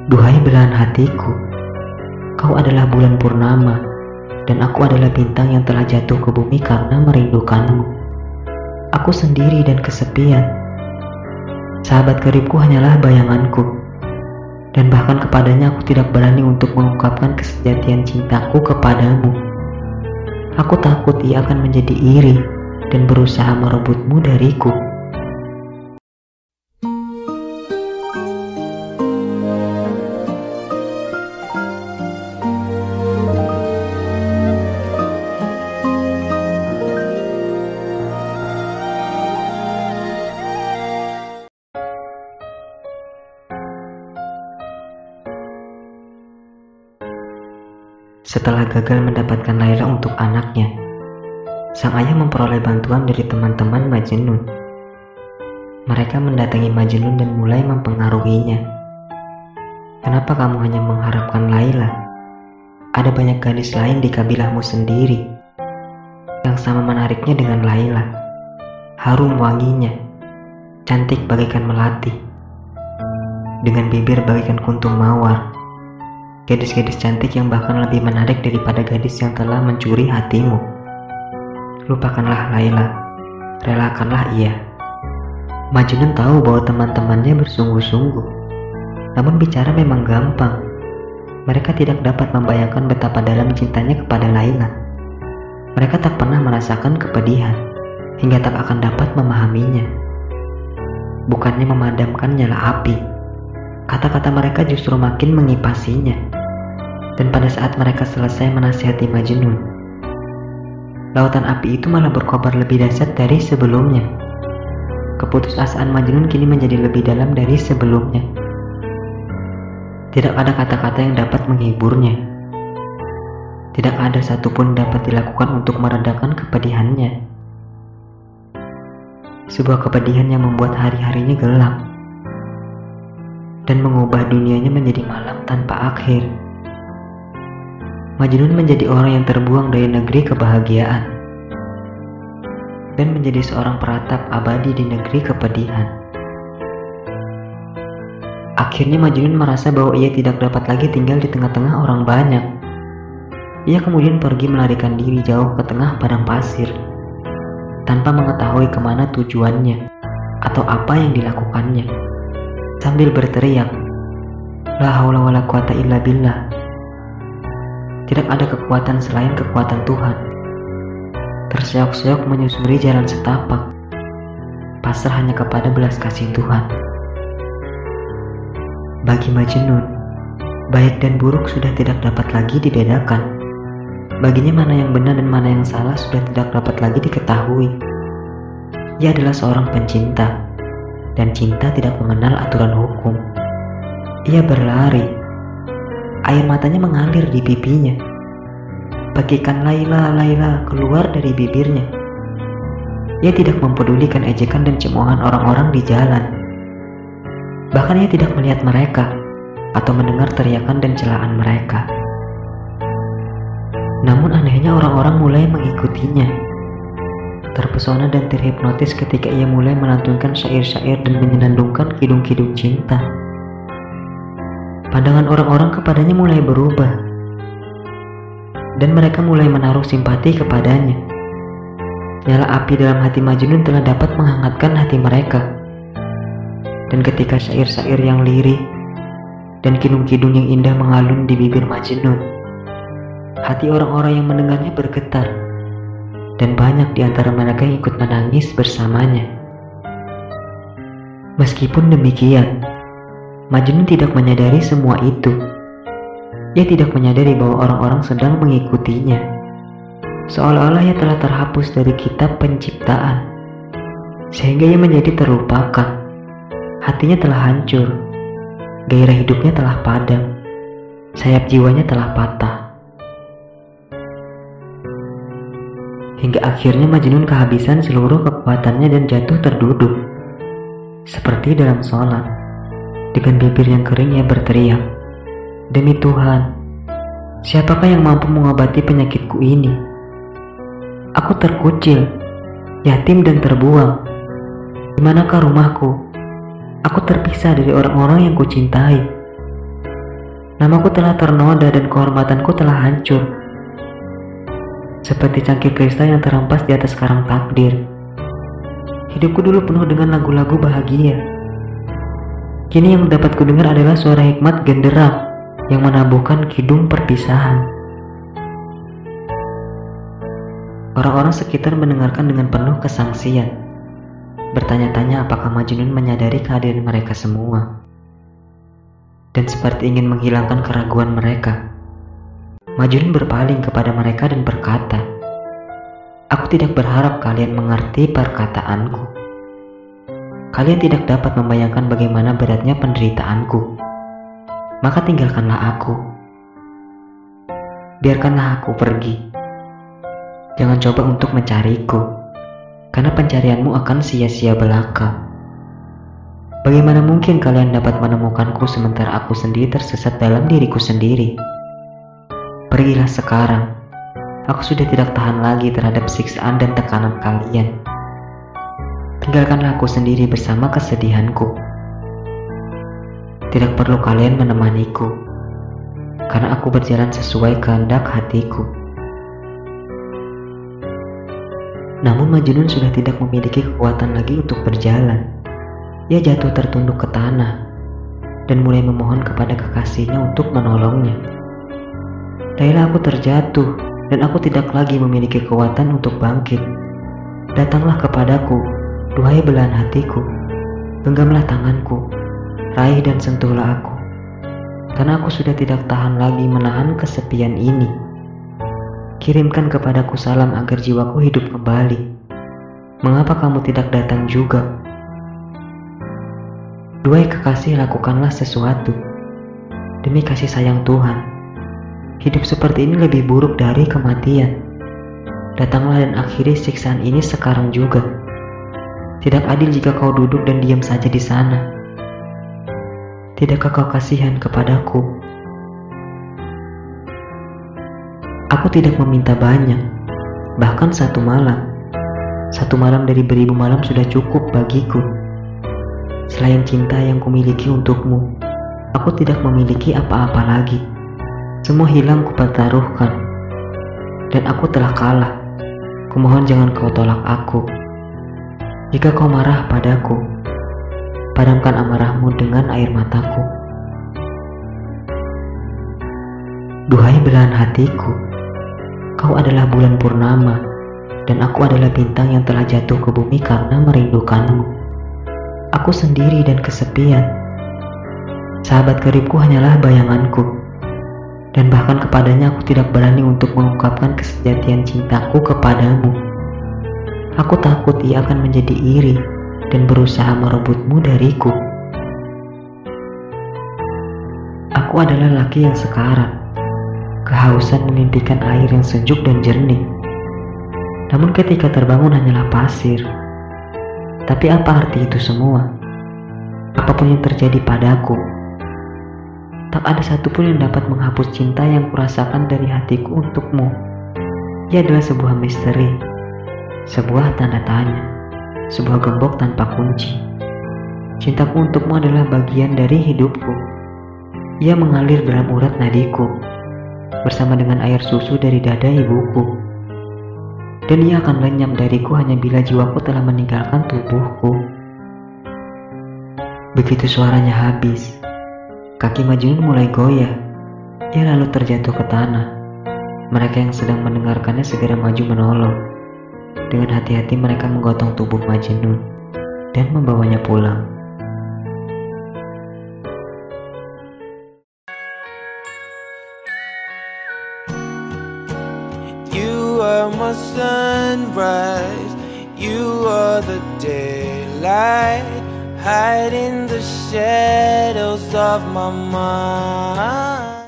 Duhai belahan hatiku, kau adalah bulan purnama, dan aku adalah bintang yang telah jatuh ke bumi karena merindukanmu. Aku sendiri dan kesepian. Sahabat karibku hanyalah bayanganku, dan bahkan kepadanya aku tidak berani untuk mengungkapkan kesejatian cintaku kepadamu. Aku takut ia akan menjadi iri dan berusaha merebutmu dariku. Setelah gagal mendapatkan Laila untuk anaknya, sang ayah memperoleh bantuan dari teman-teman Majnun. Mereka mendatangi Majnun dan mulai mempengaruhinya. Kenapa kamu hanya mengharapkan Laila? Ada banyak gadis lain di kabilahmu sendiri yang sama menariknya dengan Laila. Harum wanginya, cantik bagaikan melati, dengan bibir bagaikan kuntum mawar. Gadis-gadis cantik yang bahkan lebih menarik daripada gadis yang telah mencuri hatimu. Lupakanlah Laila, relakanlah ia. Majnun tahu bahwa teman-temannya bersungguh-sungguh, namun bicara memang gampang. Mereka tidak dapat membayangkan betapa dalam cintanya kepada Laila. Mereka tak pernah merasakan kepedihan, hingga tak akan dapat memahaminya. Bukannya memadamkan nyala api, kata-kata mereka justru makin mengipasinya. Dan pada saat mereka selesai menasihati Majnun, lautan api itu malah berkobar lebih dahsyat dari sebelumnya. Keputusasaan Majnun kini menjadi lebih dalam dari sebelumnya. Tidak ada kata-kata yang dapat menghiburnya. Tidak ada satupun dapat dilakukan untuk meredakan kepedihannya. Sebuah kepedihan yang membuat hari-harinya gelap dan mengubah dunianya menjadi malam tanpa akhir. Majnun menjadi orang yang terbuang dari negeri kebahagiaan dan menjadi seorang peratap abadi di negeri kepedihan. Akhirnya Majnun merasa bahwa ia tidak dapat lagi tinggal di tengah-tengah orang banyak. Ia kemudian pergi melarikan diri jauh ke tengah padang pasir, tanpa mengetahui kemana tujuannya atau apa yang dilakukannya, sambil berteriak, "La haula wala quwata illa billah." Tidak ada kekuatan selain kekuatan Tuhan. Terseok-seok menyusuri jalan setapak, pasrah hanya kepada belas kasih Tuhan. Bagi Majnun, baik dan buruk sudah tidak dapat lagi dibedakan. Baginya mana yang benar dan mana yang salah sudah tidak dapat lagi diketahui. Ia adalah seorang pencinta, dan cinta tidak mengenal aturan hukum. Ia berlari, air matanya mengalir di pipinya, bagaikan Laila, Laila keluar dari bibirnya. Ia tidak mempedulikan ejekan dan cemoohan orang-orang di jalan. Bahkan ia tidak melihat mereka atau mendengar teriakan dan celaan mereka. Namun anehnya orang-orang mulai mengikutinya, terpesona dan terhipnotis ketika ia mulai melantunkan syair-syair dan menyenandungkan kidung-kidung cinta. Pandangan orang-orang kepadanya mulai berubah, dan mereka mulai menaruh simpati kepadanya. Nyala api dalam hati Majnun telah dapat menghangatkan hati mereka. Dan ketika syair-syair yang lirih dan kidung-kidung yang indah mengalun di bibir Majnun, hati orang-orang yang mendengarnya bergetar, dan banyak di antara mereka yang ikut menangis bersamanya. Meskipun demikian, Majnun tidak menyadari semua itu. Ia tidak menyadari bahwa orang-orang sedang mengikutinya, seolah-olah ia telah terhapus dari kitab penciptaan, sehingga ia menjadi terlupakan. Hatinya telah hancur, gairah hidupnya telah padam, sayap jiwanya telah patah. Hingga akhirnya Majnun kehabisan seluruh kekuatannya dan jatuh terduduk, seperti dalam sholat. Dengan bibir yang kering ia berteriak, "Demi Tuhan, siapakah yang mampu mengobati penyakitku ini? Aku terkucil, yatim dan terbuang. Di manakah rumahku? Aku terpisah dari orang-orang yang kucintai. Namaku telah ternoda dan kehormatanku telah hancur. Seperti cangkir kristal yang terampas di atas karang takdir. Hidupku dulu penuh dengan lagu-lagu bahagia. Kini yang dapat kudengar adalah suara hikmat genderang yang menabuhkan kidung perpisahan. Orang-orang sekitar mendengarkan dengan penuh kesangsian, bertanya-tanya apakah Majnun menyadari kehadiran mereka semua. Dan seperti ingin menghilangkan keraguan mereka, Majnun berpaling kepada mereka dan berkata, "Aku tidak berharap kalian mengerti perkataanku. Kalian tidak dapat membayangkan bagaimana beratnya penderitaanku. Maka tinggalkanlah aku. Biarkanlah aku pergi. Jangan coba untuk mencariku, karena pencarianmu akan sia-sia belaka. Bagaimana mungkin kalian dapat menemukanku sementara aku sendiri tersesat dalam diriku sendiri? Pergilah sekarang. Aku sudah tidak tahan lagi terhadap siksaan dan tekanan kalian. Tinggalkanlah aku sendiri bersama kesedihanku. Tidak perlu kalian menemaniku, karena aku berjalan sesuai kehendak hatiku." Namun Majnun sudah tidak memiliki kekuatan lagi untuk berjalan. Ia jatuh tertunduk ke tanah dan mulai memohon kepada kekasihnya untuk menolongnya. "Dailah aku terjatuh dan aku tidak lagi memiliki kekuatan untuk bangkit. Datanglah kepadaku, duhai belahan hatiku. Genggamlah tanganku, raih dan sentuhlah aku. Karena aku sudah tidak tahan lagi menahan kesepian ini. Kirimkan kepadaku salam agar jiwaku hidup kembali. Mengapa kamu tidak datang juga? Duhai kekasih, lakukanlah sesuatu. Demi kasih sayang Tuhan, hidup seperti ini lebih buruk dari kematian. Datanglah dan akhiri siksaan ini sekarang juga. Tidak adil jika kau duduk dan diam saja di sana. Tidakkah kau kasihan kepadaku? Aku tidak meminta banyak, bahkan satu malam. Satu malam dari beribu malam sudah cukup bagiku. Selain cinta yang kumiliki untukmu, aku tidak memiliki apa-apa lagi. Semua hilang kupertaruhkan, dan aku telah kalah. Kumohon jangan kau tolak aku. Jika kau marah padaku, padamkan amarahmu dengan air mataku. Duhai belahan hatiku, kau adalah bulan purnama, dan aku adalah bintang yang telah jatuh ke bumi karena merindukanmu. Aku sendiri dan kesepian. Sahabat karibku hanyalah bayanganku, dan bahkan kepadanya aku tidak berani untuk mengungkapkan kesejatian cintaku kepadamu. Aku takut ia akan menjadi iri dan berusaha merebutmu dariku. Aku adalah laki yang sekarat, kehausan memimpikan air yang sejuk dan jernih. Namun ketika terbangun hanyalah pasir. Tapi apa arti itu semua? Apapun yang terjadi padaku, tak ada satupun yang dapat menghapus cinta yang kurasakan dari hatiku untukmu. Ia adalah sebuah misteri, sebuah tanda tanya, sebuah gembok tanpa kunci. Cintaku untukmu adalah bagian dari hidupku. Ia mengalir dalam urat nadiku, bersama dengan air susu dari dada ibuku. Dan ia akan lenyap dariku hanya bila jiwaku telah meninggalkan tubuhku. Begitu suaranya habis, kaki Majnun mulai goyah. Ia lalu terjatuh ke tanah. Mereka yang sedang mendengarkannya segera maju menolong. Dengan hati-hati mereka menggotong tubuh Majnun dan membawanya pulang. You are my sunrise, you are the daylight, hide in the shadows of my mind.